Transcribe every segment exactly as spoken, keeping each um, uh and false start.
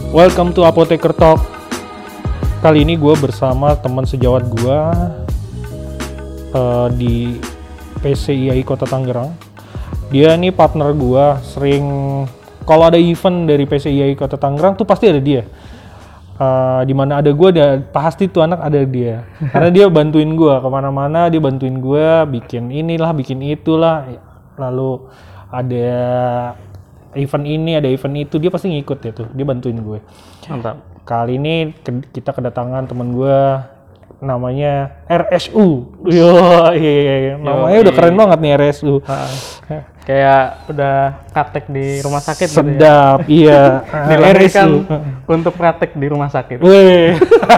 Welcome to Apoteker Talk. Kali ini gue bersama teman sejawat gue uh, di P C I A I Kota Tangerang. Dia ini partner gue, sering kalau ada event dari P C I A I Kota Tangerang tuh pasti ada dia. Uh, di mana ada gue, ada pasti tuh anak ada dia. Karena dia bantuin gue kemana-mana, dia bantuin gue bikin inilah, bikin itulah. Lalu ada event ini, ada event itu, dia pasti ngikut ya tuh, dia bantuin gue. Mantap. Kali ini ke- kita kedatangan teman gue, namanya R S U. Yo, iya, namanya Yo, udah keren banget nih R S U. Nah, kayak udah praktek di rumah sakit. Sedap, gitu ya. iya. Dilahirkan untuk praktek di rumah sakit. Wih.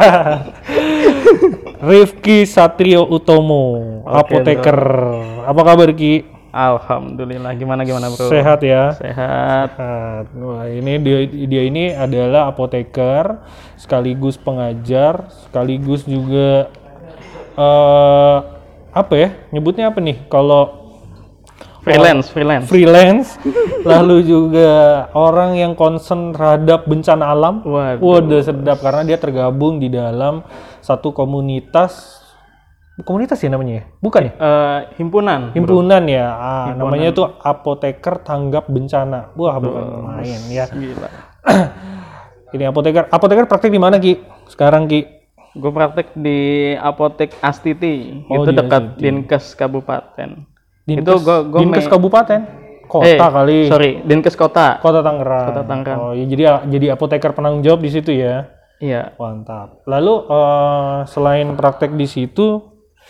Rifki Satrio Utomo, Oke, apoteker. Apa kabar Ki? Alhamdulillah. Gimana gimana bro? Sehat ya? Sehat. Sehat. Wah, ini dia, dia ini adalah apoteker, sekaligus pengajar, sekaligus juga uh, apa ya? Nyebutnya apa nih? Kalau Freelance, freelance. freelance, lalu juga orang yang concern terhadap bencana alam. Waduh. Waduh, sedap karena dia tergabung di dalam satu komunitas. Komunitas ya namanya ya? Bukan ya? Eh, himpunan. bro. Himpunan ya, ah, Himpunan. namanya tuh Apoteker Tanggap Bencana. Wah, bukan main ya. Gila. Ini apoteker, apoteker praktek di mana Ki? Sekarang Ki? Gue praktek di Apotek Astiti. Oh, itu di dekat Astiti. Dinkes Kabupaten. Dinkes, Itu gua- gua Dinkes me- Kabupaten? Kota eh, kali. Sorry, Dinkes Kota. Kota Tangerang. Kota Tangerang. Oh, ya, jadi jadi apoteker penanggung jawab di situ ya. Iya. Mantap. Lalu eh, selain praktek di situ,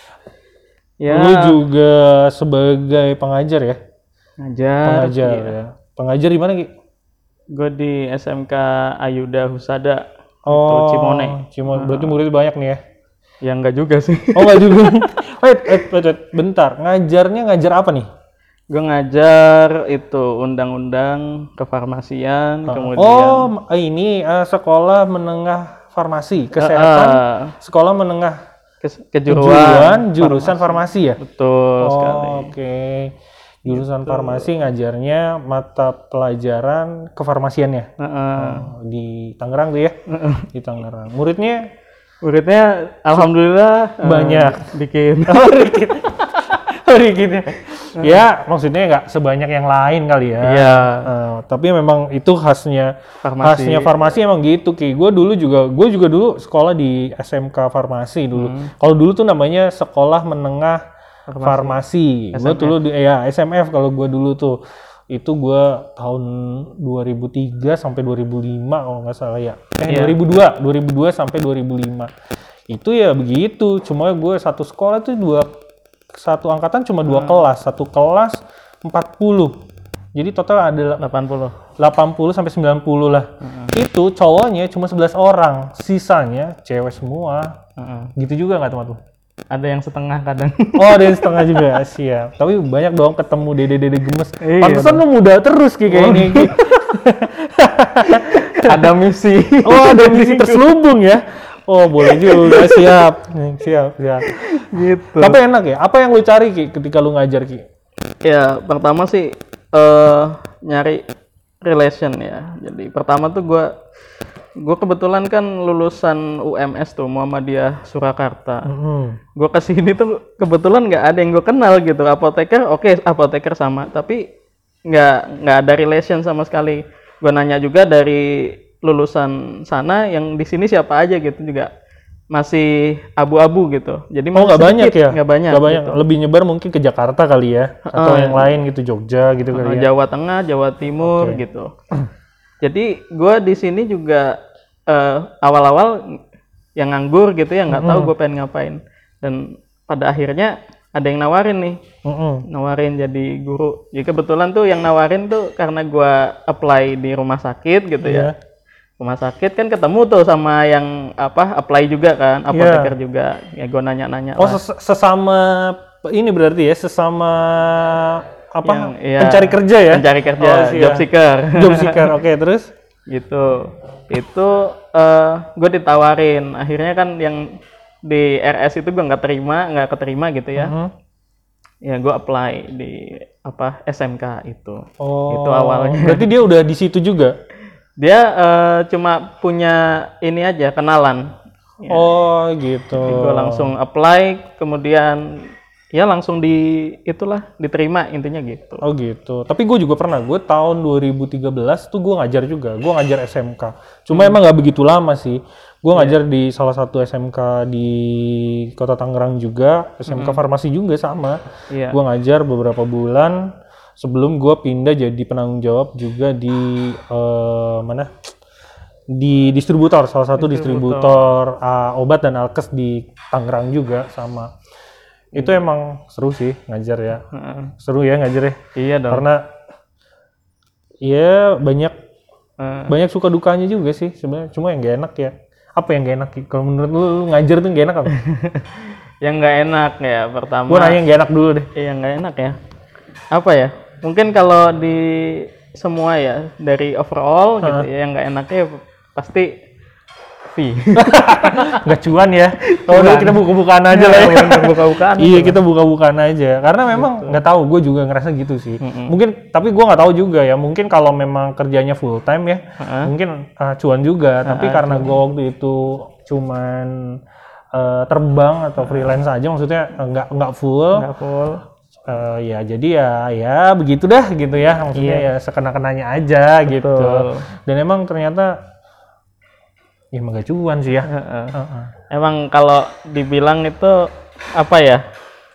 Ya. lu juga sebagai pengajar ya? Ngajar. Pengajar iya. ya. Pengajar di mana Ki? Gue di S M K Ayuda Husada. Oh, itu Cimone. Cimone. Berarti murid banyak nih ya? Ya enggak juga sih. Oh nggak juga. wait, wait, wait, wait, bentar. Ngajarnya ngajar apa nih? Gue ngajar itu undang-undang kefarmasian, kemudian Oh, ini eh, sekolah menengah farmasi, kesehatan, Ah, sekolah menengah ke- kejuruan, kejuruan, jurusan farmasi, ya? betul sekali. Oh, oke. Jurusan farmasi ngajarnya mata pelajaran kefarmasiannya. Heeh. Oh, di Tangerang tuh ya? Di Tangerang. Muridnya Muridnya alhamdulillah eh, Banyak. bikin. oh, dikit. Oh, dikit ya. Ya, maksudnya nggak sebanyak yang lain kali ya. Iya. Eh, tapi memang itu khasnya Farmasi. khasnya farmasi emang gitu Ki. Gue dulu juga gue juga dulu sekolah di S M K farmasi dulu. Kalau dulu tuh namanya sekolah menengah farmasi. Gue dulu di ya S M F kalau gue dulu tuh. Itu gue tahun dua ribu tiga sampai dua ribu lima kalau nggak salah ya. Eh Iya. dua ribu dua, dua ribu dua sampai dua ribu lima. Itu ya begitu. Cuma gue satu sekolah tuh dua satu angkatan cuma dua kelas, satu kelas empat puluh. Jadi total ada delapan puluh. delapan puluh sampai sembilan puluh lah. Itu cowoknya cuma sebelas orang, sisanya cewek semua. Heeh. Gitu juga nggak teman-teman? Ada yang setengah kadang. Oh, ada yang setengah juga, siap. Tapi banyak dong ketemu dede-dede gemes. Iya, Pantesan lu muda terus Ki kayak ini. Ki. Ada misi. Oh, ada misi terselubung ya. Oh, boleh juga, siap. Siap, siap. Gitu. Tapi enak ya. Apa yang lu cari Ki ketika lu ngajar Ki? Ya, pertama sih eh nyari relation ya. Jadi pertama tuh gue gue kebetulan kan lulusan U M S tuh Muhammadiyah Surakarta. Hmm. Gue kesini tuh kebetulan nggak ada yang gue kenal gitu. Apoteker, oke apoteker sama, tapi nggak nggak ada relation sama sekali. Gue nanya juga dari lulusan sana yang di sini siapa aja gitu juga masih abu-abu gitu. Jadi Oh, masih nggak banyak sedikit, ya? Nggak banyak. Nggak banyak. gitu. Lebih nyebar mungkin ke Jakarta kali ya, atau Ah, yang lain gitu, Jogja gitu kali Uh, ya. Jawa Tengah, Jawa Timur Oke. gitu. Jadi gue di sini juga eh, awal-awal yang nganggur gitu ya nggak tahu gue pengen ngapain. Dan pada akhirnya ada yang nawarin nih, Mm-mm. nawarin jadi guru. Jadi kebetulan tuh yang nawarin tuh karena gue apply di rumah sakit gitu Iya. ya. Rumah sakit kan ketemu tuh sama yang apa apply juga kan, apoteker juga. Ya gue nanya-nanya Oh, lah. ses- sesama ini berarti ya, sesama apa? Yang- iya, pencari kerja ya? Pencari kerja, Oh, iya. job seeker. Job seeker. Oke, terus? Gitu. Itu eh gue ditawarin. Akhirnya kan yang di R S itu gue nggak terima, nggak keterima gitu ya. Mhm. Ya gue apply di apa S M K itu. Oh. Itu awalnya. Berarti dia udah di situ juga. Dia uh, cuma punya ini aja kenalan. Ya. Oh gitu. Gue langsung apply, kemudian ya langsung di itulah diterima intinya gitu. Oh gitu. Tapi gue juga pernah, gue tahun dua ribu tiga belas tuh gue ngajar juga. Gue ngajar S M K. Cuma hmm. emang nggak begitu lama sih. Gue ngajar yeah. di salah satu S M K di Kota Tangerang juga. S M K hmm. farmasi juga sama. Yeah. Gue ngajar beberapa bulan sebelum gue pindah jadi penanggung jawab juga di uh, mana? Di distributor, salah satu distributor, distributor uh, obat dan alkes di Tangerang juga sama. Itu hmm. emang seru sih ngajar ya. Hmm. Seru ya ngajar ya. Iya dong. Karena ya banyak hmm. banyak suka dukanya juga sih sebenarnya. Cuma yang gak enak ya. Apa yang gak enak? Kalau menurut lu, lu ngajar tuh gak enak apa? Yang gak enak ya pertama. Gua nanya yang gak enak dulu deh. Yang gak enak ya. Apa ya? Mungkin kalau di semua ya dari overall hmm. gitu ya, yang gak enaknya pasti fee. Nggak cuan ya. Oh, udah kita buka-bukaan aja lah ya. Buka-bukaan. Iya, kita buka-bukaan aja. Karena memang nggak tahu, gue juga ngerasa gitu sih. Mm-hmm. Mungkin, tapi gue nggak tahu juga ya. Mungkin kalau memang kerjanya full time ya, uh-huh. mungkin uh, cuan juga. Uh-huh. Tapi karena gue waktu itu cuman uh, terbang atau freelance aja, maksudnya nggak uh, nggak full. Nggak full. Uh, ya jadi ya ya begitu dah gitu ya. Maksudnya iya. ya sekena-kenanya aja. Betul. Gitu. Dan emang ternyata ya emang gak cuan sih ya. Uh-uh. Uh-uh. Emang kalau dibilang itu apa ya?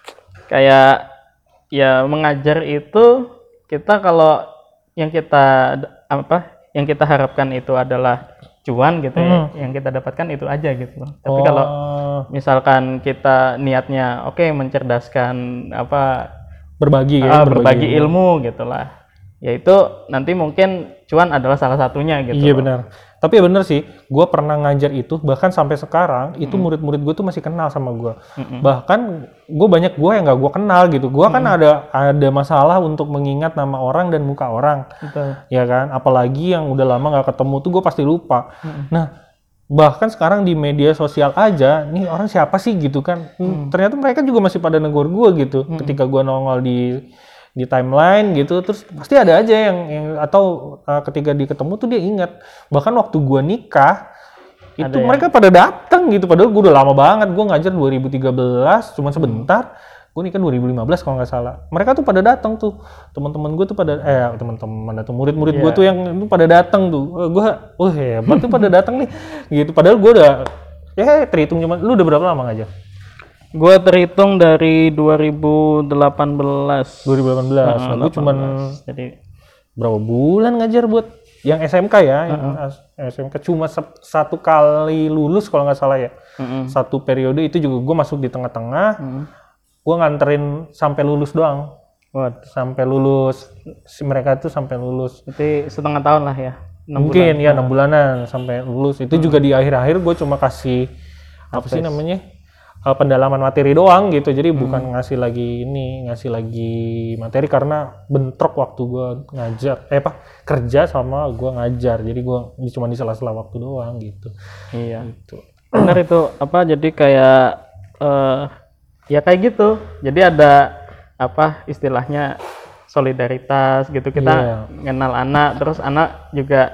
Kayak ya mengajar itu kita kalau yang kita apa? Yang kita harapkan itu adalah cuan gitu hmm. ya. Yang kita dapatkan itu aja gitu. Tapi oh. kalau misalkan kita niatnya oke okay, mencerdaskan apa berbagi uh, ya, berbagi, berbagi ilmu gitulah. Ya itu nanti mungkin cuan adalah salah satunya gitu. Iya benar. Tapi ya bener sih, gue pernah ngajar itu, bahkan sampai sekarang, mm-hmm. itu murid-murid gue tuh masih kenal sama gue. Mm-hmm. Bahkan, gue banyak gue yang gak gue kenal gitu. Gue mm-hmm. kan ada ada masalah untuk mengingat nama orang dan muka orang. Betul. Ya kan? Apalagi yang udah lama gak ketemu tuh gue pasti lupa. Mm-hmm. Nah, bahkan sekarang di media sosial aja, nih orang siapa sih gitu kan. Mm-hmm. Ternyata mereka juga masih pada negor gue gitu. Mm-hmm. Ketika gue nongol di di timeline gitu, terus pasti ada aja yang, yang atau uh, ketika dia ketemu tuh dia ingat. Bahkan waktu gua nikah itu ada mereka yang... pada datang gitu, padahal gua udah lama banget, gua ngajar dua ribu tiga belas cuma sebentar. Hmm. Gua nikah dua ribu lima belas kalau nggak salah. Mereka tuh pada datang tuh, teman-teman gua tuh pada eh teman-teman atau murid-murid yeah. gua tuh yang itu pada datang tuh. Uh, gua oh hebat tuh pada datang nih gitu. Padahal gua udah ya terhitung cuma lu udah berapa lama ngajar? Gue terhitung dari dua ribu delapan belas. dua ribu delapan belas. Nah, gue cuman jadi berapa bulan ngajar buat yang S M K ya, uh-huh. yang S M K cuma se- satu kali lulus kalau nggak salah ya. Uh-huh. Satu periode itu juga gue masuk di tengah-tengah. Uh-huh. Gue nganterin sampai lulus doang. What? Sampai lulus. Si mereka tuh sampai lulus. Berarti setengah tahun lah ya. Mungkin bulan. ya enam bulanan sampai lulus. Itu uh-huh. juga di akhir-akhir gue cuma kasih apa Apes. sih namanya? pendalaman materi doang gitu, jadi hmm. bukan ngasih lagi ini ngasih lagi materi karena bentrok waktu gue ngajar eh apa kerja sama gue ngajar, jadi gue cuma di sela-sela waktu doang gitu. Iya itu benar itu apa jadi kayak uh, ya kayak gitu, jadi ada apa istilahnya solidaritas gitu, kita yeah. kenal anak, terus anak juga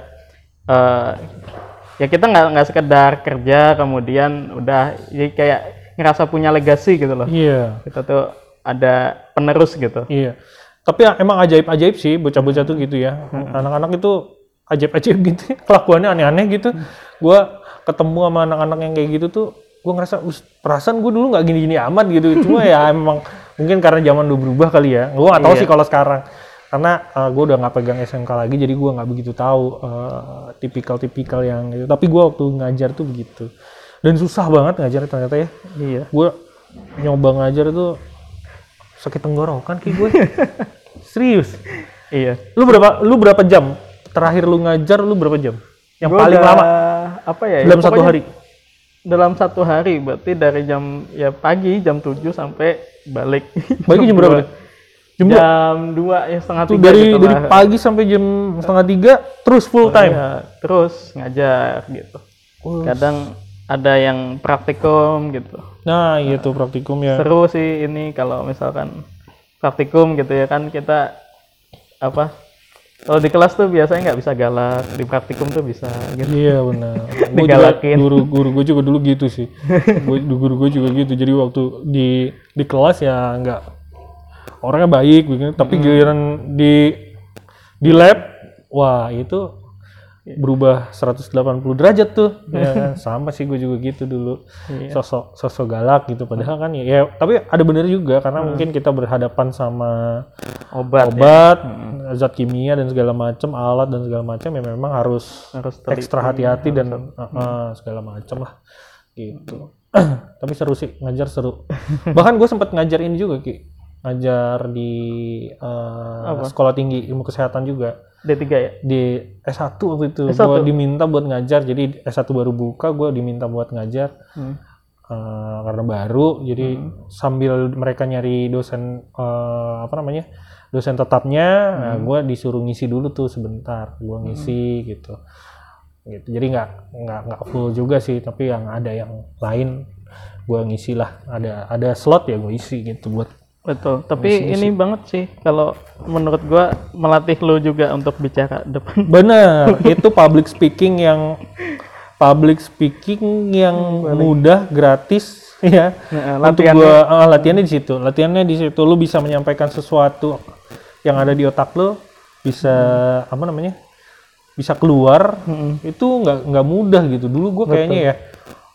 uh, ya kita nggak nggak sekedar kerja kemudian udah, jadi kayak ngerasa punya legasi gitu loh. Iya. Kita tuh ada penerus gitu. Iya. Tapi emang ajaib-ajaib sih bocah-bocah tuh gitu ya. Hmm. Anak-anak itu ajaib-ajaib gitu. Kelakuannya aneh-aneh gitu. Hmm. Gue ketemu sama anak-anak yang kayak gitu tuh, gue ngerasa, perasaan gue dulu nggak gini-gini amat gitu. Cuma ya emang mungkin karena zaman udah berubah kali ya. Gue nggak tahu iya. sih kalau sekarang. Karena uh, gue udah nggak pegang S M K lagi, jadi gue nggak begitu tahu uh, tipikal-tipikal yang gitu. Tapi gue waktu ngajar tuh begitu. Dan susah banget ngajar ternyata ya. Iya. Gue nyoba ngajar tuh sakit tenggorokan kayak gue. Serius. Iya. Lu berapa lu berapa jam? Terakhir lu ngajar lu berapa jam? Yang gua paling udah, lama? Apa ya? Dalam ya, satu hari. Dalam satu hari, berarti dari jam ya pagi jam tujuh sampai balik. Balik jam berapa? Jam, jam dua ya setengah tiga. Dari gitu dari lah. Pagi sampai jam setengah tiga terus full time. Oh, iya. Terus ngajar gitu. Oh, kadang ada yang praktikum gitu. Nah, iya tuh praktikum ya. Seru sih ini kalau misalkan praktikum gitu ya kan, kita apa Kalau di kelas tuh biasanya nggak bisa galak, di praktikum tuh bisa gitu. Iya benar. Gua juga, Digalakin. guru guru gue juga dulu gitu sih. Gua, guru gue juga gitu. Jadi waktu di di kelas ya nggak orangnya baik, begini. Tapi giliran di di lab, wah itu berubah seratus delapan puluh derajat tuh. Ya kan? Sama sih gue juga gitu dulu. Iya. Sosok sosok galak gitu. Padahal kan ya, ya tapi ada bener juga karena mungkin kita berhadapan sama Obat. obat, zat kimia dan segala macam, alat dan segala macam ya memang harus, Harus teliti, ekstra hati-hati harus dan uh, uh, segala macam lah gitu. Tapi seru sih, ngajar seru. Bahkan gue sempat ngajar ini juga Ki, ngajar di uh, sekolah tinggi ilmu kesehatan juga. D tiga ya? Di S satu waktu itu S satu? gue diminta buat ngajar, jadi S satu baru buka, gue diminta buat ngajar. Hmm. Uh, karena baru, jadi hmm. sambil mereka nyari dosen uh, apa namanya dosen tetapnya, hmm. nah, gue disuruh ngisi dulu tuh sebentar, gue ngisi hmm. gitu, gitu. Jadi nggak nggak nggak full juga sih, tapi yang ada yang lain gue ngisi lah, ada ada slot ya gue isi gitu buat. Betul, tapi ngisi, ini ngisi. Banget sih kalau menurut gue melatih lo juga untuk bicara depan. Bener, itu public speaking yang public speaking yang hmm, mudah, gratis ya. Nah, untuk gua uh, latihannya di situ. Latihannya di situ lu bisa menyampaikan sesuatu yang ada di otak lu, bisa hmm. apa namanya? Bisa keluar. Hmm. Itu nggak nggak mudah gitu. Dulu gua kayaknya ya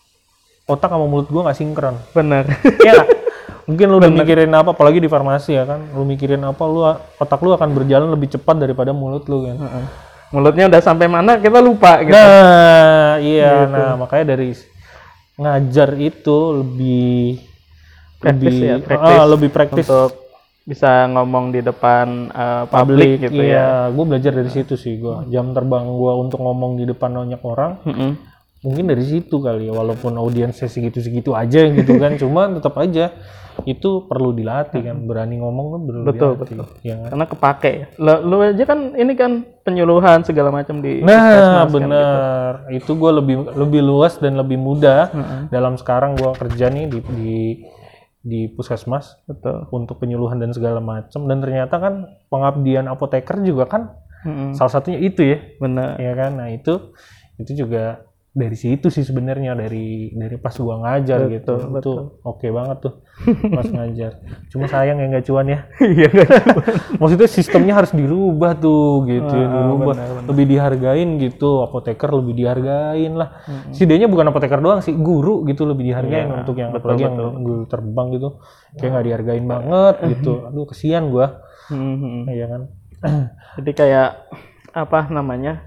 otak sama mulut gua nggak sinkron. Bener. Ya. Mungkin lu udah mikirin apa, apalagi di farmasi ya kan. Lu mikirin apa, lu otak lu akan berjalan lebih cepat daripada mulut lu kan. Uh-uh. Mulutnya udah sampai mana kita lupa gitu. Nah, iya. Gitu. Nah, makanya dari ngajar itu lebih praktis lebih ya, praktis ah, lebih praktis untuk bisa ngomong di depan uh, publik gitu iya. ya. Gue belajar dari situ sih gue. Jam terbang gue untuk ngomong di depan banyak orang. Mm-hmm. Mungkin dari situ kali ya, walaupun audiensnya segitu-segitu aja gitu kan, cuma tetap aja itu perlu dilatih kan, berani ngomong kan perlu betul, dilatih. Betul, ya kan? Karena kepake ya. Lu, lu aja kan ini kan penyuluhan segala macam di nah bener, kan, gitu. Itu gue lebih lebih luas dan lebih mudah mm-hmm. dalam sekarang gue kerja nih di di, di puskesmas betul. Untuk penyuluhan dan segala macam, dan ternyata kan pengabdian apoteker juga kan mm-hmm. salah satunya itu ya, benar ya kan. Nah itu itu juga dari situ sih sebenarnya, dari dari pas gua ngajar betul, gitu betul. Itu oke okay banget tuh pas ngajar. Cuma sayang ya nggak cuan ya. Iya nggak cuan. Maksudnya sistemnya harus dirubah tuh gitu, ah, dirubah benar, benar. Lebih dihargain gitu, apoteker lebih dihargain lah. Mm-hmm. Setidaknya bukan apoteker doang sih, guru gitu lebih dihargain iya, untuk yang betul, apalagi betul. Yang guru terbang gitu, kayak nggak dihargain banget gitu. Aduh kesian gua. Mm-hmm. Iya kan. Jadi kayak apa namanya?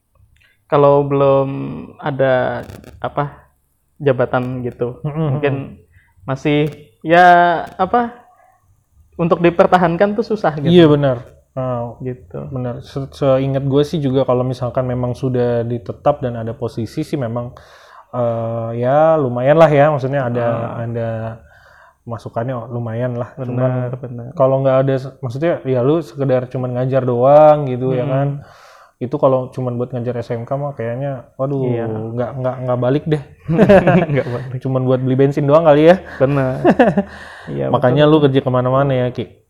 Kalau belum ada apa jabatan gitu, mm-hmm. mungkin masih ya apa untuk dipertahankan tuh susah gitu. Iya benar, nah, gitu. Benar. Se- Seingat gue sih juga kalau misalkan memang sudah ditetap dan ada posisi sih memang uh, ya lumayan lah ya, maksudnya ada ah. ada masukannya lumayan lah. Benar, benar. Kalau nggak ada, maksudnya ya lu sekedar cuman ngajar doang gitu hmm. ya kan. Itu kalau cuman buat ngajar S M K mah kayaknya waduh iya. nggak nggak nggak balik deh. Nggak balik. Cuman buat beli bensin doang kali ya. Benar. Iya, makanya betul. Lu kerja kemana-mana ya Ki.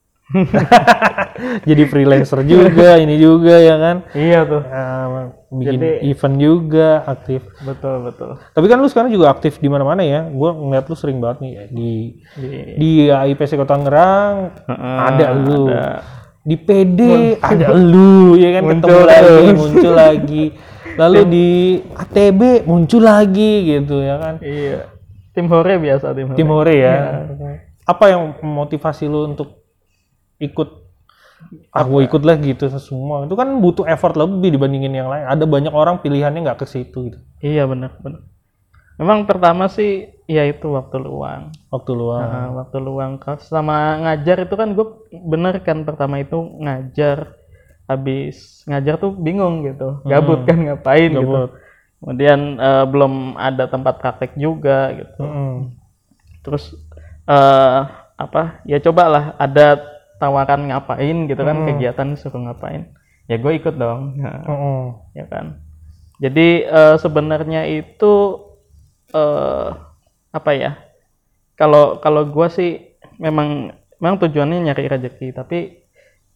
Jadi freelancer juga, ini juga ya kan. Iya tuh. Uh, bikin jadi, event juga aktif. Betul betul. Tapi kan lu sekarang juga aktif di mana-mana ya. Gua ngeliat lu sering banget nih di di, di A I P C Kota Tangerang uh, ada lu. Ada. Di P D muncul. Ada lu ya kan, muncul ketemu lagi terus. Muncul lagi. Lalu di A T B muncul lagi gitu ya kan. Iya. Tim hore biasa tim hore. Tim hore ya. ya. Apa yang memotivasi lu untuk ikut? Ah, gue ikut lah gitu semua. Itu kan butuh effort lebih dibandingin yang lain. Ada banyak orang pilihannya nggak ke situ gitu. Iya benar benar. Memang pertama sih ya itu waktu luang. Waktu luang. Nah, waktu luang sama ngajar itu kan gue bener kan pertama itu ngajar, habis ngajar tuh bingung gitu, gabut hmm. kan ngapain gabut. Gitu. Kemudian uh, belum ada tempat praktek juga gitu. Hmm. Terus uh, apa? Ya cobalah ada tawaran ngapain gitu kan, hmm. kegiatan suruh ngapain. Ya gue ikut dong. Nah, hmm. ya kan. Jadi uh, sebenarnya itu Uh, apa ya? Kalau kalau gue sih memang memang tujuannya nyari rezeki, tapi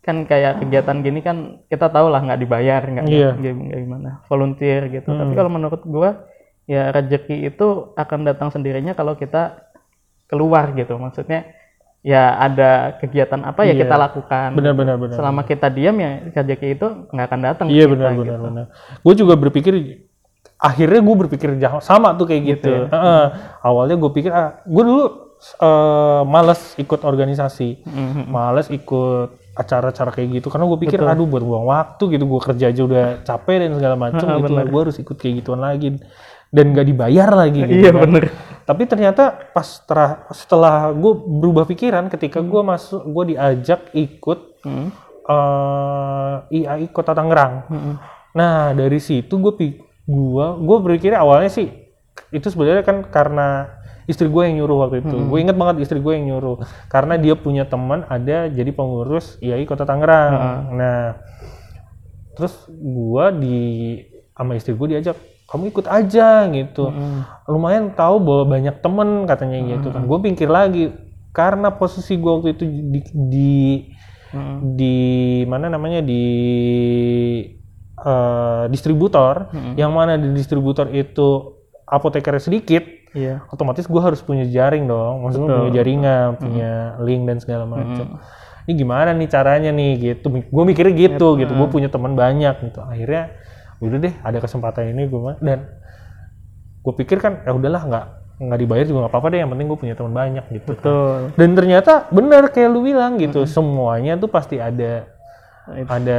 kan kayak kegiatan gini kan kita tahu lah nggak dibayar, nggak Iya. nggak gimana, volunteer gitu. Hmm. Tapi kalau menurut gua ya rezeki itu akan datang sendirinya kalau kita keluar gitu. Maksudnya ya ada kegiatan apa ya Iya. kita lakukan. Benar, benar, benar. Selama kita diam ya rezeki itu nggak akan datang. Iya ke kita, benar benar gitu. benar. Gue juga berpikir akhirnya gue berpikir jah- sama tuh kayak gitu. Gitu ya? Heeh. Awalnya gue pikir ah, gue dulu eh, males ikut organisasi, Mhm. males ikut acara-acara kayak gitu karena gue pikir Betul. aduh buat buang waktu gitu, gue kerja aja udah capek dan segala macam Heeh, gitu, benar. gue harus ikut kayak gituan lagi dan gak dibayar lagi gitu. Iya kan. bener. Tapi ternyata pas setelah setelah gue berubah pikiran ketika gue masuk, gue diajak ikut Mhm. eh I A I Kota Tangerang. Mhm. Nah dari situ gue gua gue berpikir awalnya sih itu sebenarnya kan karena istri gue yang nyuruh waktu itu. Gue inget banget istri gue yang nyuruh karena dia punya teman ada jadi pengurus I A I Kota Tangerang. Nah terus gue di sama istri gue diajak kamu ikut aja gitu. Lumayan tahu bahwa banyak temen katanya gitu kan. Gue pikir lagi karena posisi gue waktu itu di, di Mhm. di mana namanya di eh, distributor, yang mana di distributor itu apotekernya sedikit, Iya. otomatis gue harus punya jaring dong, maksudnya Betul. punya jaringan, punya link dan segala macam. Ini gimana nih caranya nih gitu, gue mikirnya gitu, gitu, gue punya teman banyak gitu, akhirnya udah deh ada kesempatan ini gue dan gue pikir kan ya udahlah nggak nggak dibayar juga nggak apa-apa deh, yang penting gue punya teman banyak gitu. Betul. Dan ternyata benar kayak lu bilang gitu, semuanya tuh pasti ada Itu. ada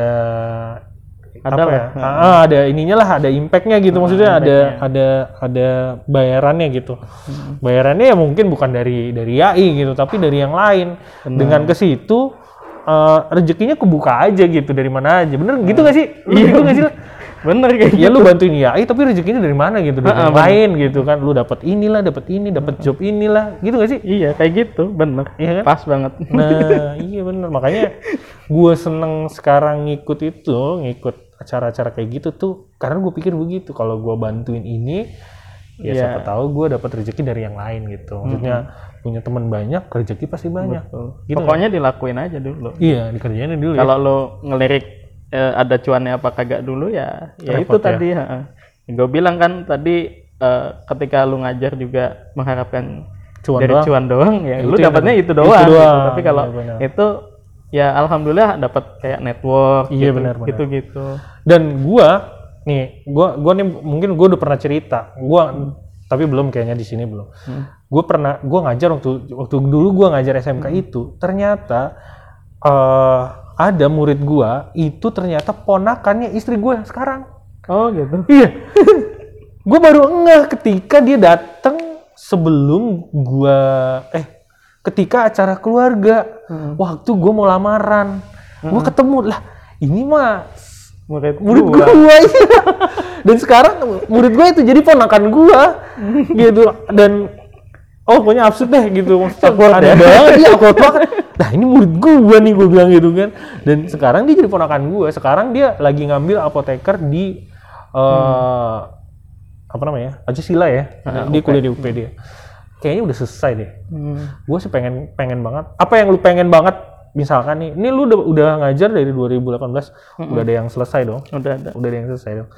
Ada apa lah. ya? Ah, ada ininya lah, ada impactnya gitu, maksudnya ada impactnya. ada ada bayarannya gitu. Bayarannya ya mungkin bukan dari dari A I gitu, tapi dari yang lain. Dengan ke situ eh, rezekinya kebuka aja gitu dari mana aja. Bener gitu nggak sih? Lu gitu nggak sih? Bener kayak Ya lu bantuin I A I tapi rezekinya dari mana gitu, dari Ah, yang lain gitu kan. Lu dapat inilah, dapat ini, dapat job inilah, gitu nggak sih? Iya kayak gitu, bener. Iya kan? Pas banget. Nah, iya bener. Makanya gue seneng sekarang ngikut itu, ngikut acara-acara kayak gitu tuh, karena gue pikir begitu. Kalau gue bantuin ini, ya Iya. siapa tahu gue dapat rezeki dari yang lain gitu. Maksudnya punya teman banyak, rezeki pasti banyak. Betul. Gitu Pokoknya dilakuin aja dulu. Iya, dikerjain dulu ya. Kalau lo ngelirik eh, ada cuannya apa kagak dulu ya, ya Repot itu tadi. Gue bilang kan tadi eh, ketika lu ngajar juga mengharapkan Cuan dari doang. cuan doang ya, Ya, lu itu yang dapatnya ada. itu doang. Itu gitu. doang, Tapi kalau iya benar. itu ya alhamdulillah dapat kayak network. Iya, gitu, benar, benar. Gitu-gitu. Dan gua nih, gua gua nih mungkin gua udah pernah cerita. Gua tapi belum kayaknya di sini belum. Gua pernah gua ngajar waktu waktu dulu gua ngajar S M K itu, ternyata eh ada murid gua itu ternyata ponakannya istri gua sekarang. Oh gitu. Iya. Gua baru ngeh ketika dia datang sebelum gua eh ketika acara keluarga. Waktu gua mau lamaran. Gua ketemu lah, ini mah Murid, murid gua. gua, iya. Dan sekarang murid gua itu jadi ponakan gua gitu. Dan oh pokoknya absurd deh gitu, maksudnya Awkward aneh ya? banget, iya awkward banget. Nah ini murid gua nih, gua bilang gitu kan. Dan sekarang dia jadi ponakan gua, sekarang dia lagi ngambil apoteker di eh apa namanya, Pancasila ya, dia kuliah di U P D. Kayaknya udah selesai deh. Hmm. Gue sih pengen pengen banget. Apa yang lu pengen banget? Misalkan nih, ini lu udah, udah ngajar dari dua ribu delapan belas, udah ada yang selesai dong. Udah ada. Udah ada yang selesai dong.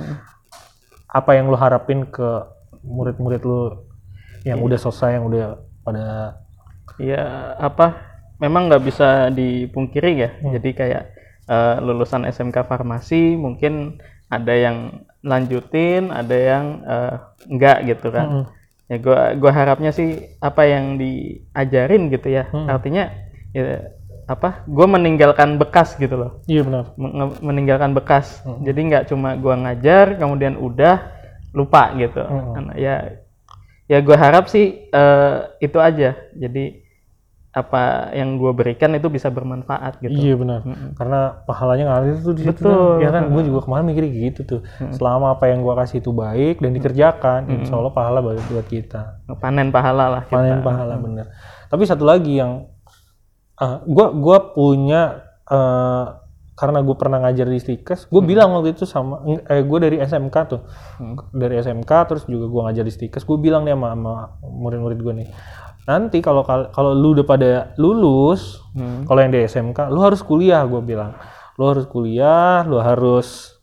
Apa yang lu harapin ke murid-murid lu yang udah selesai, yang udah pada Ya apa? Memang nggak bisa dipungkiri ya. Jadi kayak eh, lulusan S M K farmasi mungkin ada yang lanjutin, ada yang eh, enggak gitu kan. Mm-mm. Ya gua gua harapnya sih apa yang diajarin gitu ya. Mm-mm. Artinya ya apa? Gua meninggalkan bekas gitu loh. iya benar. Men- meninggalkan bekas. Jadi nggak cuma gua ngajar kemudian udah lupa gitu. Mm-mm. Karena ya ya gua harap sih eh, itu aja. Jadi apa yang gua berikan itu bisa bermanfaat gitu. Iya benar. Karena pahalanya ngalir tuh di situ. Betul. Ya kan, gue juga kemarin mikirnya gitu tuh. Selama apa yang gua kasih itu baik dan dikerjakan, insya Allah pahala buat buat kita. Panen pahala lah kita. Panen pahala bener. Tapi satu lagi yang uh, gua gua punya uh, karena gue pernah ngajar di Stikes, gue bilang waktu itu sama eh gue dari S M K tuh. Dari S M K terus juga gue ngajar di Stikes, gue bilang nih sama, sama murid-murid gue nih. nanti kalau kalau lu udah pada lulus, hmm. kalau yang di S M K, lu harus kuliah, gue bilang. Lu harus kuliah, lu harus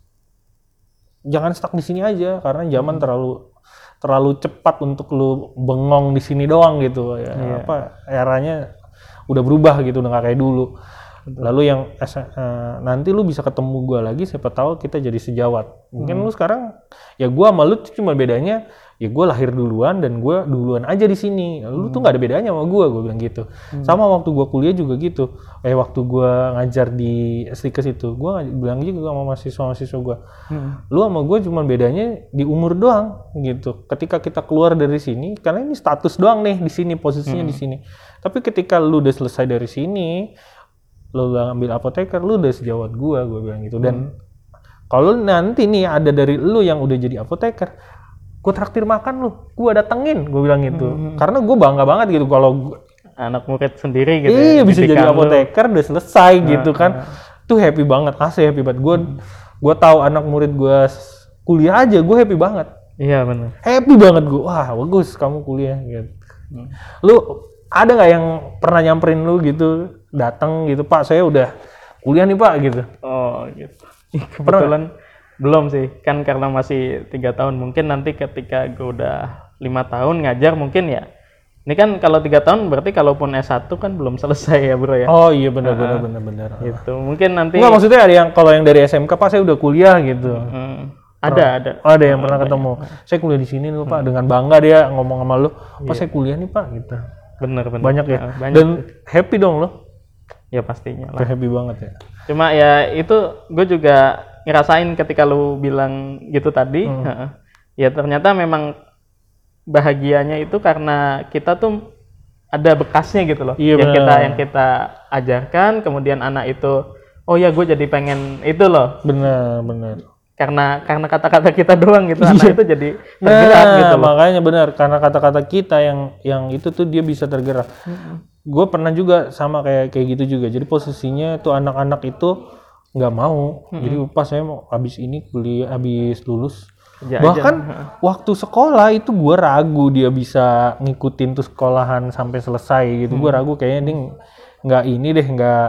jangan stuck di sini aja karena zaman hmm. terlalu terlalu cepat untuk lu bengong di sini doang gitu ya. Yeah. Apa eranya udah berubah gitu, udah nggak kayak dulu. Betul. Lalu yang uh, nanti lu bisa ketemu gue lagi, siapa tahu kita jadi sejawat. Mungkin hmm. lu sekarang ya gue sama lu cuma bedanya ya gue lahir duluan dan gue duluan aja di sini. Lu hmm. tuh nggak ada bedanya sama gue, gue bilang gitu. Hmm. Sama waktu gue kuliah juga gitu. Eh waktu gue ngajar di S D K itu, gue bilang juga sama mahasiswa-mahasiswa gue. Hmm. Lu sama gue cuma bedanya di umur doang gitu. Ketika kita keluar dari sini, karena ini status doang nih di sini, posisinya hmm. di sini. Tapi ketika lu udah selesai dari sini, lu udah ambil apoteker, lu udah sejawat gua, gua bilang gitu. Dan hmm. kalau nanti nih ada dari lu yang udah jadi apoteker, gua traktir makan lu, gua datengin, gua bilang gitu. Hmm. Karena gua bangga banget gitu kalau anak murid sendiri gitu. Iya, ya, bisa jadi apoteker lu. Udah selesai nah, gitu kan. Nah. Tuh happy banget, asli happy banget. Gua hmm. gua tahu anak murid gua kuliah aja, gua happy banget. Iya, benar. Happy banget gua. Wah, bagus kamu kuliah gitu. Hmm. Lu ada nggak yang pernah nyamperin lu gitu, datang gitu, Pak saya udah kuliah nih Pak gitu? Oh gitu. Kebetulan pernah? Belum sih, kan karena masih tiga tahun. Mungkin nanti ketika gue udah lima tahun ngajar mungkin ya. Ini kan kalau tiga tahun berarti kalaupun S satu kan belum selesai ya bro ya. Oh iya benar benar benar benar. Gitu. Mungkin nanti. Enggak maksudnya ada yang kalau yang dari S M K Pak saya udah kuliah gitu. Hmm. Ada ada. Oh, ada yang pernah ketemu. Ya. Saya kuliah di sini loh Pak, hmm. dengan bangga dia ngomong sama lu, Pak yeah. saya kuliah nih Pak gitu. Bener bener. Banyak ya. Nah, banyak. Dan happy dong lo? Ya pastinya lah. Happy banget ya. Cuma ya itu gue juga ngerasain ketika lu bilang gitu tadi. Hmm. Ya ternyata memang bahagianya itu karena kita tuh ada bekasnya gitu loh. Iya, yang bener. kita yang kita ajarkan, kemudian anak itu, oh ya gue jadi pengen itu loh. Bener bener. Karena karena kata-kata kita doang gitu, anak iya. itu jadi tergerak nah, gitu loh. Makanya benar, karena kata-kata kita yang yang itu tuh dia bisa tergerak. Mm-hmm. Gue pernah juga sama kayak kayak gitu juga. Jadi posisinya tuh anak-anak itu nggak mau. Mm-hmm. Jadi pas saya mau habis ini kuliah, habis lulus. Kerja bahkan aja. Waktu sekolah itu gue ragu dia bisa ngikutin tuh sekolahan sampai selesai gitu. Mm-hmm. Gue ragu kayaknya dia nggak ini deh, nggak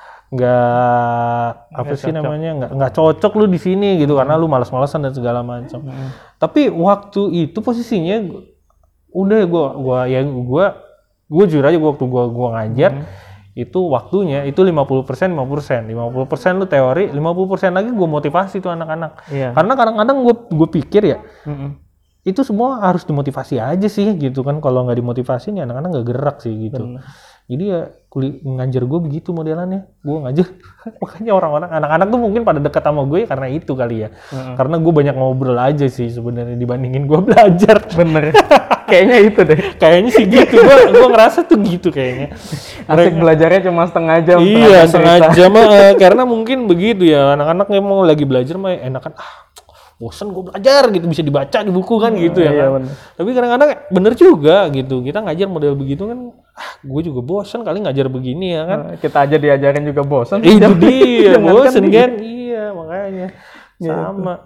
nggak apa sih cocok. namanya nggak nggak cocok lu di sini gitu hmm. karena lu malas-malasan dan segala macam. Hmm. Tapi waktu itu posisinya udah gua gua ya gua gua jujur aja gua waktu gua gua ngajar hmm. itu waktunya itu lima puluh persen lima puluh persen lima puluh persen lu teori, lima puluh persen lagi gua motivasi tuh anak-anak. Yeah. Karena kadang-kadang gua gua pikir ya hmm. itu semua harus dimotivasi aja sih gitu kan. Kalau nggak dimotivasi nih anak-anak nggak gerak sih gitu. Bener. Jadi ya kuliah ngajar gue begitu modelannya, gue ngajar. Makanya orang-orang anak-anak tuh mungkin pada dekat sama gue karena itu kali ya. Mm-hmm. Karena gue banyak ngobrol aja sih sebenarnya dibandingin gue belajar. Bener. Kayaknya itu deh. Kayaknya sih gitu. Gue gue ngerasa tuh gitu kayaknya. Asik belajarnya cuma setengah jam. Iya setengah jam uh, karena mungkin begitu ya anak-anak emang lagi belajar mah enakan ah bosen gue belajar gitu, bisa dibaca di buku kan gitu ya iya, kan. Bener. Tapi kadang-kadang bener juga gitu, kita ngajar model begitu kan, ah gue juga bosen kali ngajar begini ya kan. Nah, kita aja diajarin juga bosen. Itu dia, bosen kan, iya makanya sama.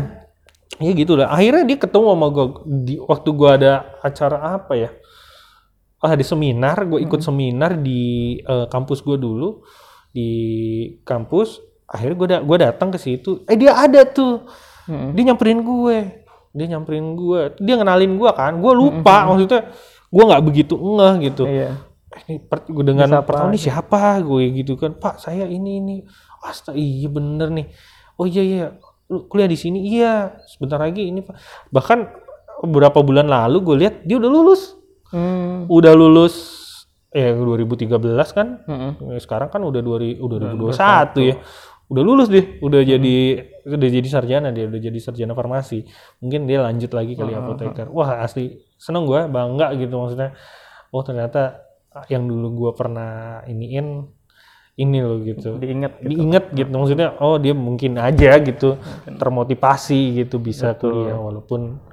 Iya gitu lah, akhirnya dia ketemu sama gue, di, waktu gue ada acara apa ya, ah di seminar, gue ikut hmm. seminar di uh, kampus gue dulu, di kampus, akhirnya gue da- gue datang ke situ, eh dia ada tuh. Hmm. Dia nyamperin gue, dia nyamperin gue, dia ngenalin gue kan, gue lupa hmm. maksudnya, gue nggak begitu ngeh gitu. Iya. Eh, ini per, gue dengan pertama ini siapa gue gitu kan, Pak saya ini ini, astaga iya bener nih, oh iya iya, lu kuliah di sini iya, sebentar lagi ini Pak. Bahkan beberapa bulan lalu gue lihat dia udah lulus, hmm. udah lulus, eh dua ribu tiga belas kan, hmm. sekarang kan udah dua ribu dua puluh satu ya. Udah lulus deh, udah hmm. jadi udah jadi sarjana dia, udah jadi sarjana farmasi. Mungkin dia lanjut lagi kali uh-huh. apoteker. Wah asli seneng gue, bangga gitu maksudnya. Oh ternyata yang dulu gue pernah iniin ini loh gitu. Diinget, gitu. diinget gitu maksudnya. Oh dia mungkin aja gitu mungkin. Termotivasi gitu bisa Betul. kuliah walaupun.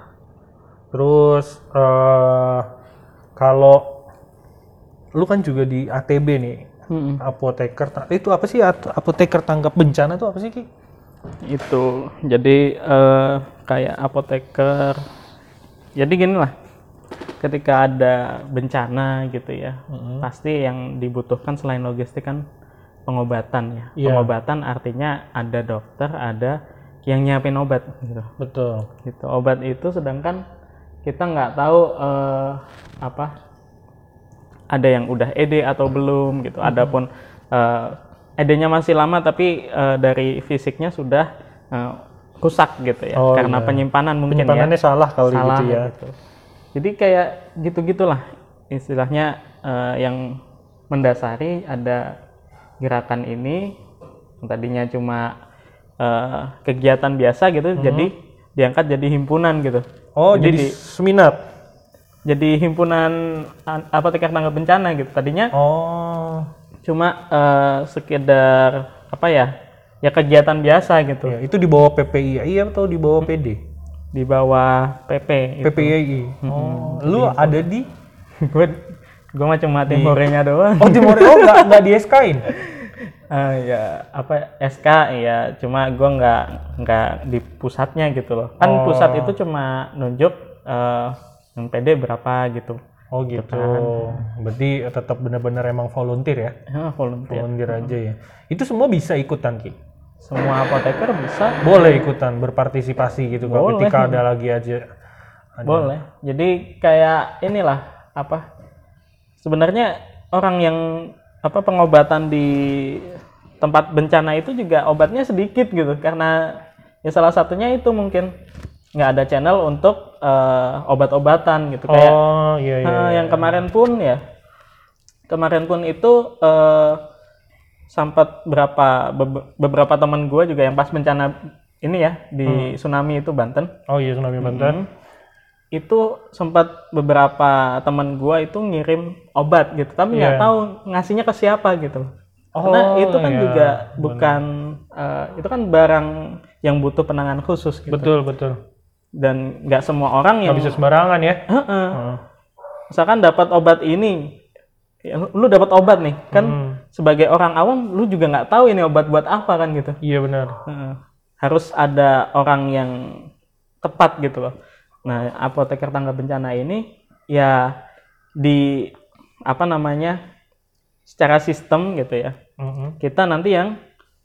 Terus uh, kalau lu kan juga di A T B nih. Hmm. Apoteker, itu apa sih apoteker tanggap bencana itu apa sih Ki? Itu jadi uh, kayak apoteker. Jadi gini lah, ketika ada bencana gitu ya, Mm-hmm. pasti yang dibutuhkan selain logistik kan pengobatan ya. Iya. Pengobatan artinya ada dokter, ada yang nyiapin obat gitu. Betul. Gitu. Obat itu sedangkan kita nggak tahu eh, apa ada yang udah E D atau belum gitu. Mm-hmm. Adapun eh, E D-nya masih lama tapi eh, dari fisiknya sudah eh, rusak gitu ya. Oh, Karena iya. penyimpanan mungkin Penyimpanannya ya. salah kali Salah gitu ya. gitu. Jadi kayak gitu-gitulah istilahnya eh, yang mendasari ada gerakan ini yang tadinya cuma eh, kegiatan biasa gitu, Hmm. jadi diangkat jadi himpunan gitu. Oh, jadi, di- seminat. jadi himpunan an- apoteker tanggap bencana gitu. Tadinya Oh, cuma eh, sekedar apa ya? Ya kegiatan biasa gitu. ya, itu di bawah P P I A I atau di bawah P D? Di bawah P P P P I A I. Oh, lu ada di? gue gue mah cuma timorenya doang. Oh, Timor. Oh, nggak nggak di S K-in. Eh, ya apa S K ya, cuma gue nggak nggak di pusatnya gitu loh. Kan Oh. pusat itu cuma nunjuk eh, yang P D berapa gitu. Oh gitu. Berarti tetap benar-benar emang volunteer ya? Ya, volunteer. Volunteer aja ya. Itu semua bisa ikutan, Ki? Semua apoteker bisa. Boleh ikutan, berpartisipasi gitu kalau Boleh. ketika ada lagi aja. Ada. Boleh. Jadi kayak inilah apa? Sebenarnya orang yang apa pengobatan di tempat bencana itu juga obatnya sedikit gitu karena ya salah satunya itu mungkin nggak ada channel untuk eh, obat-obatan gitu kayak Oh iya iya. eh, iya. yang kemarin pun ya kemarin pun itu eh, sempat berapa be- beberapa teman gue juga yang pas bencana ini ya di tsunami itu Banten. Oh iya, tsunami Banten. Hmm. Itu sempat beberapa teman gua itu ngirim obat gitu tapi nggak Iya. tahu ngasihnya ke siapa gitu Oh, karena itu kan iya, juga benar. bukan eh, itu kan barang yang butuh penanganan khusus gitu Betul betul. dan nggak semua orang yang Nggak bisa sembarangan ya. Heeh. Heeh. Misalkan dapat obat ini ya, lu, lu dapat obat nih kan Hmm. sebagai orang awam lu juga nggak tahu ini obat buat apa kan gitu. Iya benar. Heeh. Harus ada orang yang tepat gitu loh. Nah, apoteker tanggap bencana ini ya di apa namanya secara sistem gitu ya. Mhm. Kita nanti yang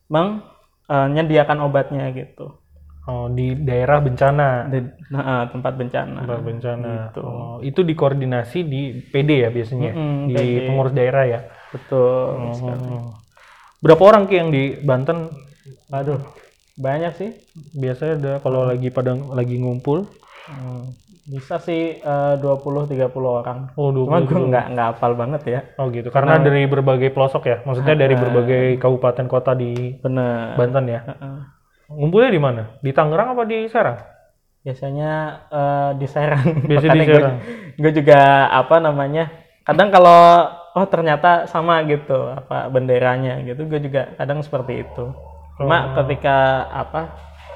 menyediakan obatnya gitu Oh di daerah bencana. di nah, tempat bencana. Tempat bencana. Gitu. Oh, itu dikoordinasi di P D ya biasanya, Mm-mm, di P D. pengurus daerah ya. Betul. sekali. Oh. Berapa orang Ki yang di Banten? Aduh, banyak sih. Biasanya ada kalau lagi pada lagi ngumpul. Hmm, bisa sih eh, dua puluh sampai tiga puluh orang. Oh, dua Cuma puluh, gue tiga puluh. nggak nggak hafal banget ya. Oh gitu. Karena dari berbagai pelosok ya. Maksudnya dari berbagai kabupaten kota di Bener. Banten ya. Heeh. Ngumpulnya di mana? Di Tangerang apa di Serang? Biasanya eh, di Serang. Biasa di Makanya Serang. Gue juga apa namanya? Kadang kalau oh ternyata sama gitu apa benderanya gitu, gue juga kadang seperti itu. Cuma Oh. ketika apa?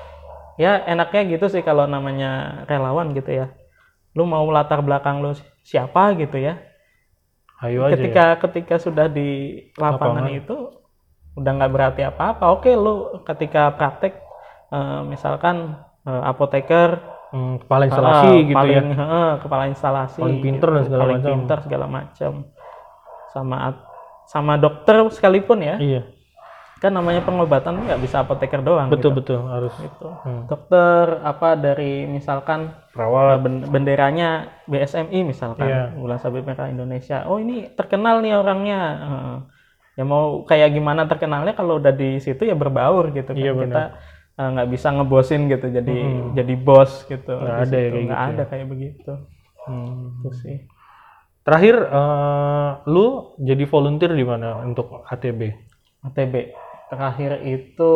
Ya enaknya gitu sih kalau namanya relawan gitu ya. Lu mau latar belakang lu siapa gitu ya. Ayo aja. Ketika ketika sudah di lapangan, Lapangan. itu udah nggak berarti apa-apa. Oke, lu ketika praktek eh, misalkan eh, apoteker Hmm, kepala instalasi ah, gitu paling, ya. eh, kepala instalasi Paling pinter dan segala paling macam. pinter segala macam sama sama dokter sekalipun ya Iya. kan namanya pengobatan nggak bisa apoteker doang Betul gitu. betul harus. Gitu. Hmm. Dokter apa dari misalkan Perawat. ben- benderanya B S M I misalkan Iya. Bulan Sabit Merah Indonesia, oh ini terkenal nih orangnya. Heeh. Ya mau kayak gimana terkenalnya kalau udah di situ ya berbaur gitu kan. Iya, Kita benar. eh, nggak bisa ngebosin gitu jadi Mm-mm. jadi bos gitu. Nggak di ada ya situ. kayak Nggak gitu ada ya. kayak begitu. Hmm. Itu sih. Terakhir eh, lu jadi volunteer di mana untuk A T B? A T B terakhir itu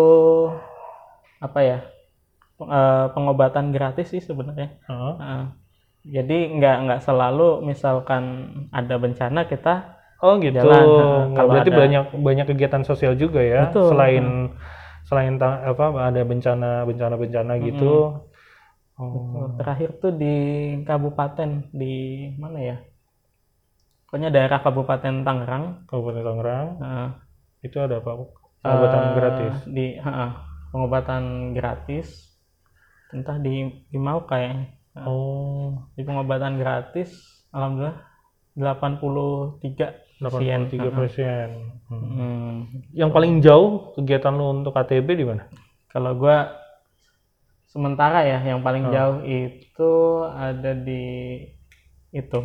apa ya? Peng- eh, pengobatan gratis sih sebenarnya. Heeh. Heeh. Jadi nggak nggak selalu misalkan ada bencana kita Oh gitu. Jalan, heeh. Nggak, Kalau berarti ada- banyak banyak kegiatan sosial juga ya. Betul, Selain selain ta- apa ada bencana bencana bencana gitu. Oh. terakhir tuh di kabupaten di mana ya? Pokoknya daerah Kabupaten Tangerang. Kabupaten Tangerang Heeh. itu ada apa? Pengobatan Eh, gratis. Di heeh, pengobatan gratis. Entah di di Mau kayak Oh. di pengobatan gratis alhamdulillah delapan puluh tiga delapan puluh tiga persen. Hmm. Hmm. Yang paling jauh kegiatan lu untuk K T B di mana? Kalau gua sementara ya yang paling Hmm. jauh itu ada di itu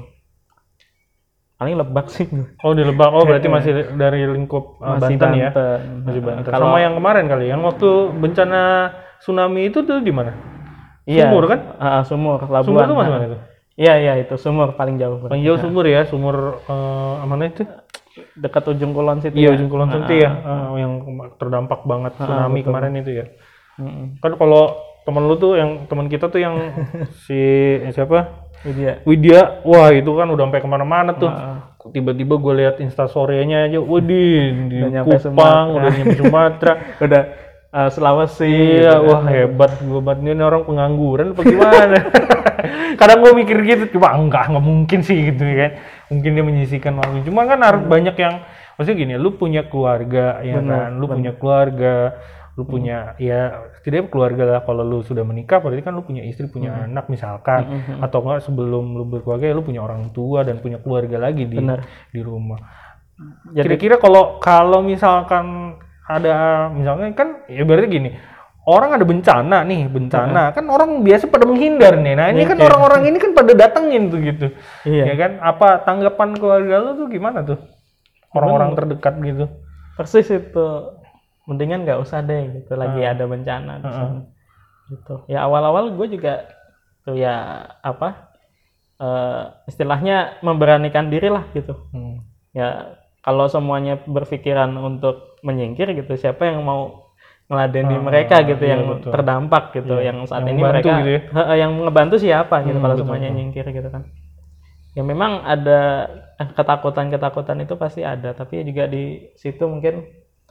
paling Lebak sih gua. Oh di Lebak, oh berarti masih dari lingkup uh, Masih Banten, ya? Banten. Masih Banten. Kalau Sama yang kemarin kali, yang waktu bencana tsunami itu tuh di mana? iya, Sumur kan? Uh, sumur, Labuan. Sumur tuh masih mana itu? Iya iya itu sumur paling jauh. Paling jauh sumur ya, sumur uh, mana itu? Dekat Ujung Kulon situ. Iya ya? Ujung Kulon Nah, Senti ya, uh, yang terdampak banget tsunami betul. kemarin itu ya. Mm-mm. Kan kalau temen lu tuh yang teman kita tuh yang si siapa? Widya. Widya, wah itu kan udah sampai kemana-mana tuh. Nah, Tiba-tiba gue lihat instastory-nya aja, waduh di Udah nyampe Kupang, Sumatera. udah nyampe Sumatera. udah uh, Sulawesi. Iya, gitu kan. wah hebat gue banget ini orang pengangguran apa gimana? Kadang gue mikir gitu, cuma enggak, enggak mungkin sih gitu kan. Mungkin dia menyisihkan waktu. Cuma kan harus banyak yang, maksudnya gini, lu punya keluarga, ya Benar, kan? Lu benar. punya keluarga, lu punya, ya setidaknya keluarga lah. Kalau lu sudah menikah, berarti kan lu punya istri, punya anak misalkan. Atau enggak sebelum lu berkeluarga, ya lu punya orang tua dan punya keluarga lagi di Benar. di rumah. Jadi Kira-kira kalau kalau misalkan ada misalnya kan ya berarti gini, orang ada bencana nih, bencana kan orang biasa pada menghindar nih. Nah, ini kan Oke. orang-orang ini kan pada datengin tuh gitu. Iya. Ya kan? Apa tanggapan keluarga lu tuh gimana tuh? Orang-orang terdekat gitu. persis itu mendingan nggak usah deh gitu lagi Ah. ada bencana di Ah, sini. Gitu. Ya awal-awal gue juga tuh ya apa eh, istilahnya memberanikan diri lah gitu. Hmm. Ya kalau semuanya berpikiran untuk menyingkir gitu, siapa yang mau ngeladeni Ah, mereka gitu iya, yang betul. terdampak gitu, Iya, yang saat yang ini membantu mereka gitu ya. Heeh, yang ngebantu siapa gitu Hmm, kalau betul, semuanya betul. nyingkir gitu kan. Ya memang ada eh, ketakutan-ketakutan itu pasti ada, tapi juga di situ mungkin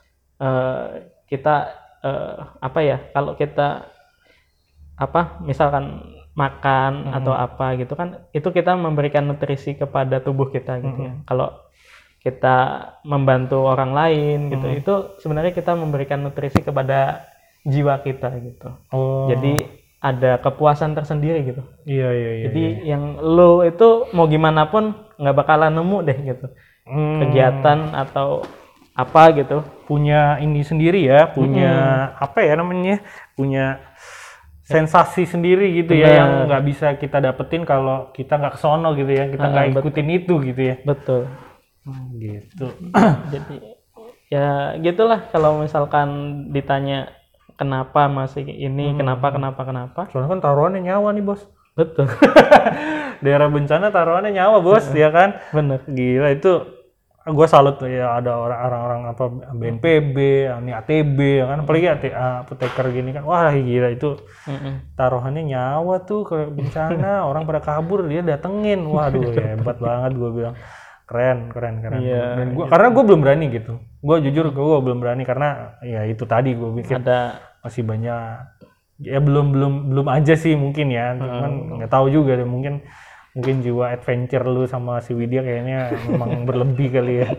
eh, kita eh, apa ya kalau kita apa misalkan makan Hmm. atau apa gitu kan itu kita memberikan nutrisi kepada tubuh kita gitu ya. Hmm. Kalau kita membantu orang lain gitu Hmm. itu sebenarnya kita memberikan nutrisi kepada jiwa kita gitu. Oh. Jadi ada kepuasan tersendiri gitu. iya iya iya. Jadi iya. yang lo itu mau gimana pun nggak bakalan nemu deh gitu Hmm. kegiatan atau apa gitu. Punya ini sendiri ya, punya apa ya namanya? Punya sensasi sendiri gitu ya Benar. yang nggak bisa kita dapetin kalau kita nggak kesono gitu ya, kita Ah, nggak betul. ikutin itu gitu ya. Betul. Gitu. Jadi ya gitulah kalau misalkan ditanya kenapa masih ini, kenapa kenapa kenapa. Soalnya kan taruhannya nyawa nih bos. Betul. Daerah bencana taruhannya nyawa bos, ya kan? Bener. Gila itu. Gue salut tuh ya ada orang-orang apa B N P B, ini A T B ya kan, apalagi A T A, apoteker gini kan, wah gila itu Mm-mm. taruhannya nyawa tuh ke bencana, orang pada kabur dia datengin, waduh ya, hebat banget gue bilang, keren keren keren. Iya, Dan gua, karena gue belum berani gitu, gue jujur gue belum berani karena ya itu tadi gue pikir Ada masih banyak, ya belum belum belum aja sih mungkin ya, cuman nggak tahu juga deh mungkin. Mungkin jiwa adventure lu sama si Widya kayaknya memang berlebih kali ya.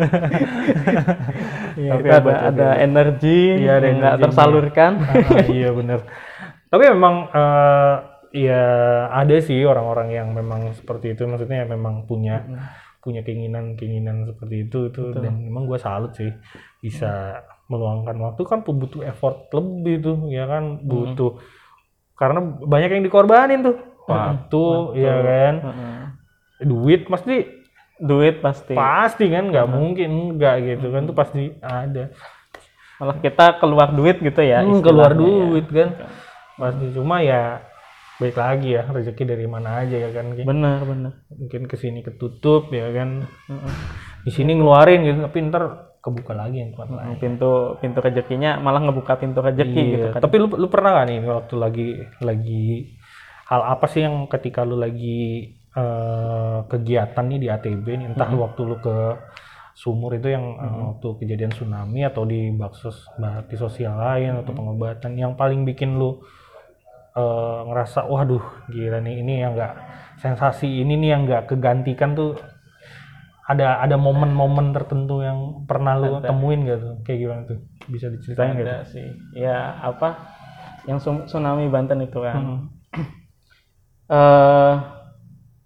ya, Tapi itu ada hebat, ada hebat. energi Iya, ada yang nggak energinya. tersalurkan. Ah, iya bener. Tapi memang eh, ya ada sih orang-orang yang memang seperti itu, maksudnya memang punya punya keinginan-keinginan seperti itu itu dan memang gue salut sih bisa meluangkan waktu kan butuh effort lebih tuh ya kan butuh karena banyak yang dikorbanin tuh waktu ya kan Heeh. duit pasti Duit pasti. pasti kan nggak mungkin enggak gitu kan tuh pasti ada. Malah kita keluar duit gitu ya. Hmm, keluar istilahnya ya. duit kan pasti cuma ya baik lagi ya rezeki dari mana aja ya kan Bener bener. mungkin kesini ketutup ya kan Heeh. di sini ngeluarin gitu tapi ntar kebuka lagi yang tempat lain. Pintu pintu rezekinya malah ngebuka pintu rezeki Iya, gitu kan. tapi lu lu pernah gak nih waktu lagi lagi hal apa sih yang ketika lu lagi eh, kegiatan nih di A T B nih entah waktu lu ke sumur itu yang eh, waktu kejadian tsunami atau di baksos bakti sosial lain atau pengobatan yang paling bikin lu eh, ngerasa waduh gila nih ini yang enggak sensasi ini nih yang enggak kegantikan tuh ada ada momen-momen tertentu yang pernah lu Ada. temuin gak tuh kayak gimana tuh bisa diceritain gak tuh? Ada sih. Ya apa? Yang tsun- tsunami Banten itu kan. Hmm. eh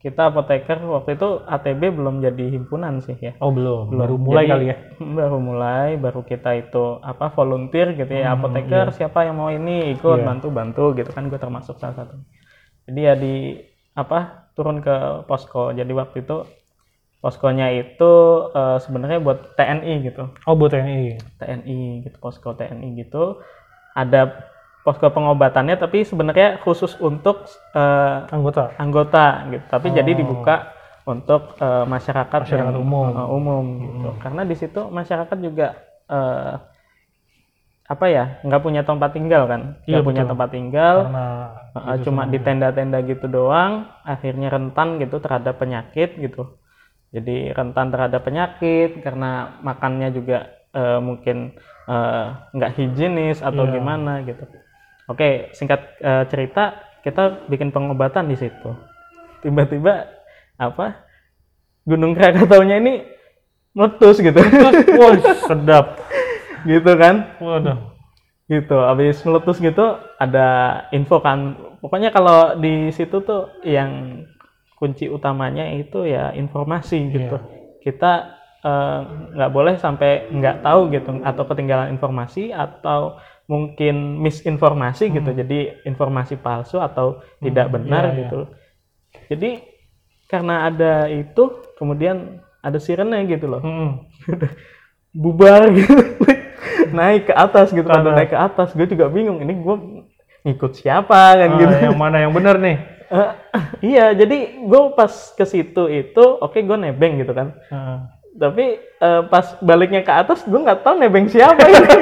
kita apoteker waktu itu A T B belum jadi himpunan sih ya. Oh belum, Belum. baru mulai Jadi, kali ya. Baru mulai, baru kita itu apa volunteer gitu ya, Hmm, apoteker iya. siapa yang mau ini ikut Iya. bantu-bantu gitu kan, gue termasuk salah satu. Jadi ya di apa turun ke posko. Jadi waktu itu poskonya itu eh, sebenarnya buat T N I gitu. Oh buat T N I. T N I gitu, posko T N I gitu. Ada posko pengobatannya tapi sebenarnya khusus untuk eh, Anggota. anggota gitu. Tapi Oh. jadi dibuka untuk eh, masyarakat, Masyarakat yang, umum. eh, umum gitu. Karena di situ masyarakat juga eh, apa ya, nggak punya tempat tinggal kan, nggak Iya, punya betul. tempat tinggal, Karena eh, itu cuma semua. di tenda-tenda gitu doang, akhirnya rentan gitu terhadap penyakit gitu. Jadi rentan terhadap penyakit karena makannya juga eh, mungkin eh, nggak higienis atau Iya. gimana gitu. Oke, singkat eh, cerita, kita bikin pengobatan di situ. Tiba-tiba apa? Gunung Krakataunya ini meletus gitu. Wah sedap. Gitu kan? Waduh. Gitu. Habis meletus gitu ada info kan. Pokoknya kalau di situ tuh yang kunci utamanya itu ya informasi gitu. Kita eh, nggak boleh sampai nggak tahu gitu atau ketinggalan informasi atau mungkin misinformasi gitu, jadi informasi palsu atau tidak benar iya, iya. gitu. Jadi karena ada itu, kemudian ada sirene gitu loh, Hmm. bubar gitu, naik ke atas gitu, pada Karena- naik ke atas, gue juga bingung, ini gue ngikut siapa kan Ah, gitu. yang mana yang benar nih? Eh, iya, jadi gue pas ke situ itu, oke gue nebeng gitu kan. Heeh. Tapi eh, pas baliknya ke atas gue nggak tahu nebeng siapa ini.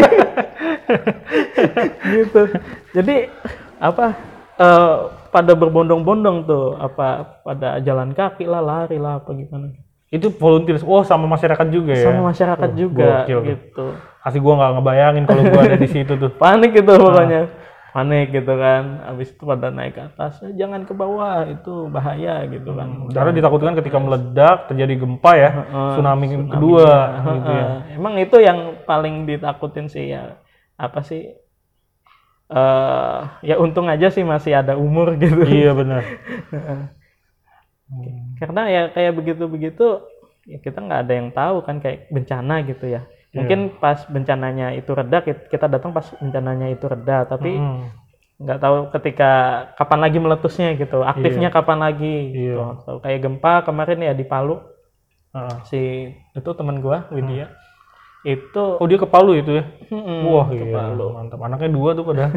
Gitu. Jadi apa eh, pada berbondong-bondong tuh, apa pada jalan kaki lah, lari lah, apa gimana. Itu volunteer. Oh sama masyarakat juga ya? Sama masyarakat Oh, juga gokil tuh. gitu. Asli gua nggak ngebayangin kalau gua ada di situ tuh. Panik gitu pokoknya. Panik gitu kan. Habis itu pada naik ke atas, "Eh, jangan ke bawah, itu bahaya gitu kan. Karena ditakutkan ketika meledak terjadi gempa ya, Heeh, tsunami, tsunami. kedua Heeh. gitu ya. Emang itu yang paling ditakutin sih ya. Apa sih? eh ya untung aja sih masih ada umur gitu. Iya benar. Karena ya kayak begitu-begitu ya kita nggak ada yang tahu kan, kayak bencana gitu ya. Mungkin pas bencananya itu reda, kita datang pas bencananya itu reda, tapi Hmm. nggak tahu ketika kapan lagi meletusnya gitu, aktifnya kapan lagi gitu. Iya. So, kayak gempa kemarin ya di Palu, Heeh. si itu teman gua Widya itu Oh dia ke Palu itu ya? mm, Wah ke iya, Palu. mantap. Anaknya dua tuh pada.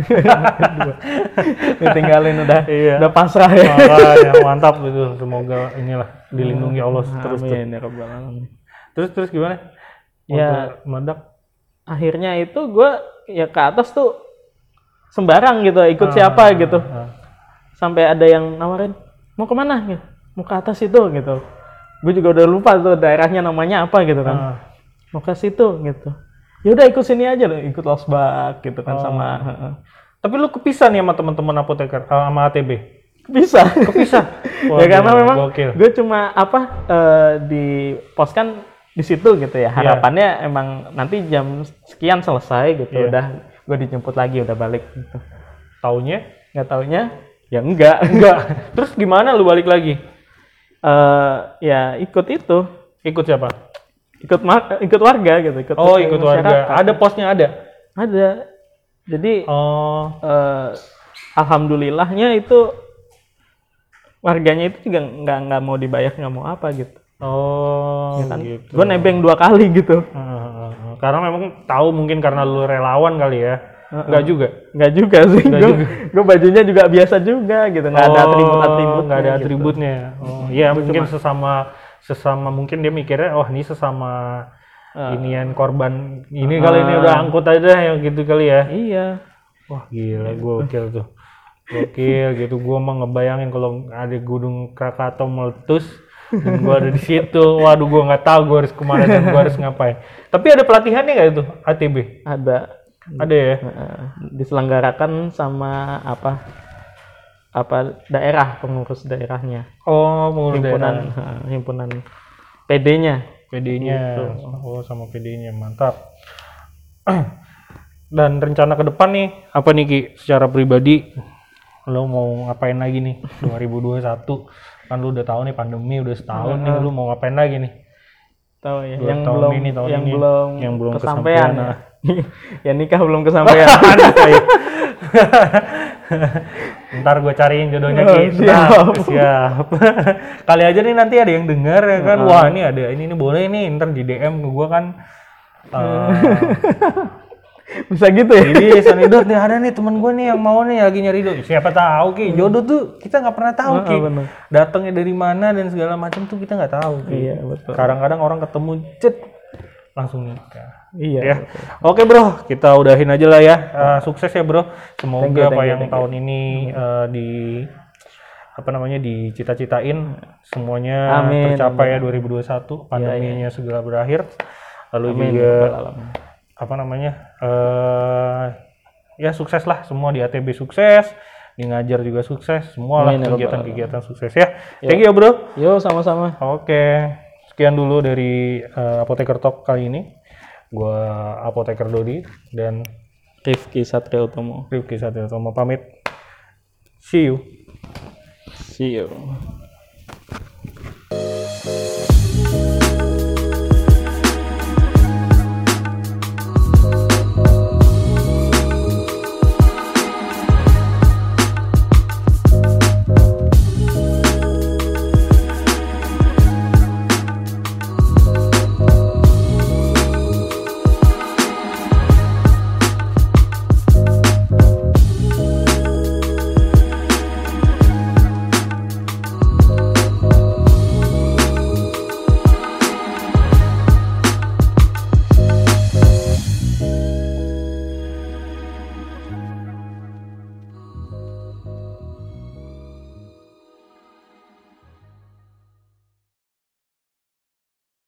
Ditinggalin udah Iya. udah pasrah ya. Makanya mantap itu. Semoga inilah dilindungi Allah terus. Terus, Amin ya rabbal alamin. terus terus gimana? Ya Waktu meledak. akhirnya itu gua ya ke atas tuh sembarang gitu, ikut Ah, siapa gitu. ah. Sampai ada yang nawarin, mau kemana gitu, mau ke atas itu gitu. Gue juga udah lupa tuh daerahnya namanya apa gitu kan. Ah. Mau ke situ gitu. Ya udah ikut sini aja loh, ikut losbak gitu kan. Oh. Sama heeh. Tapi lu kepisah nih sama teman-teman apoteker, eh, sama A T B. Bisa. Kepisah. Ya karena Waduh, memang gokil. gue cuma apa eh, di pos kan di situ gitu ya. Harapannya emang nanti jam sekian selesai gitu. Iya. Udah gue dijemput lagi, udah balik gitu. Taunya Nggak taunya ya enggak. enggak. Terus gimana lu balik lagi? Eh ya ikut itu, Ikut siapa? ikut ma- ikut warga gitu, ikut Oh, ikut warga. masyarakat. Ada posnya ada. Ada. Jadi Oh, eh, alhamdulillahnya itu warganya itu juga nggak nggak mau dibayar, nggak mau apa gitu. oh, Ya kan? gitu. Gue nebeng dua kali gitu. Heeh, karena memang tahu mungkin karena lu relawan kali ya. Enggak juga. Nggak juga sih. Nggak Gue juga. gue bajunya juga biasa juga gitu. Nggak ada atribut-atribut. Enggak ada atributnya. Oh, iya mungkin sesama sesama mungkin dia mikirnya oh ini sesama inian korban ini kali ini udah angkut aja yang gitu kali ya. Iya. Wah gila, gokil tuh. Gokil gitu. Gua mah ngebayangin kalau ada gunung Krakatau meletus dan gua ada di situ. Waduh, gua nggak tahu gua harus kemana dan gua harus ngapain. Tapi ada pelatihannya nggak itu A T B? Ada. Ada ya? eh, diselenggarakan sama apa apa daerah, pengurus daerahnya, Oh, pengurus himpunan daerah. eh, himpunan P D-nya. P D-nya. Gitu. Oh, sama P D-nya. Mantap. Dan rencana ke depan nih apa nih Ki secara pribadi? Lo mau ngapain lagi nih dua ribu dua puluh satu? Kan lu udah tahu nih pandemi udah setahun nih, lu mau ngapain lagi nih? Tahu ya, Dua yang tahun belum ini, tahun yang ini. belum Yang belum kesampaian. kesampaian, Ya. nah. Ya nikah belum kesampaian. Ntar gue cariin jodohnya Oh, kita. siap. Siap. Kali aja nih nanti ada yang denger ya kan. Uh. Wah, ini ada ini ini boleh nih, ntar di D M ke gue kan. Uh, Bisa gitu ya? Jadi Sanidot nih ada nih temen gue nih yang mau nih lagi nyari jodoh. Siapa tahu Ki, jodoh tuh kita nggak pernah tahu Ah, Ki. bener. Datangnya dari mana dan segala macam tuh kita nggak tahu Ki. Iya, betul. Kadang-kadang orang ketemu cet langsung nikah. Iya. Ya. betul. Oke bro, kita udahin aja lah ya. Uh, sukses ya bro. Semoga Thank you, thank apa you, yang thank you. tahun ini uh, di apa namanya dicita-citain semuanya Amin, tercapai amin. ya dua ribu dua puluh satu. Pandeminya segera berakhir. Lalu Amin. juga Rabbal alamin. apa namanya uh, ya sukses lah semua di A T B sukses, di ngajar juga sukses, semua lah Amin, ya Rabbal kegiatan-kegiatan sukses ya. Thank you ya bro. Yo, sama-sama. Oke, sekian dulu dari uh, Apoteker Talk kali ini. Gua Apoteker Dodi dan Rifki Satria Utomo. Rifki Satya Tomo pamit. See you. See you.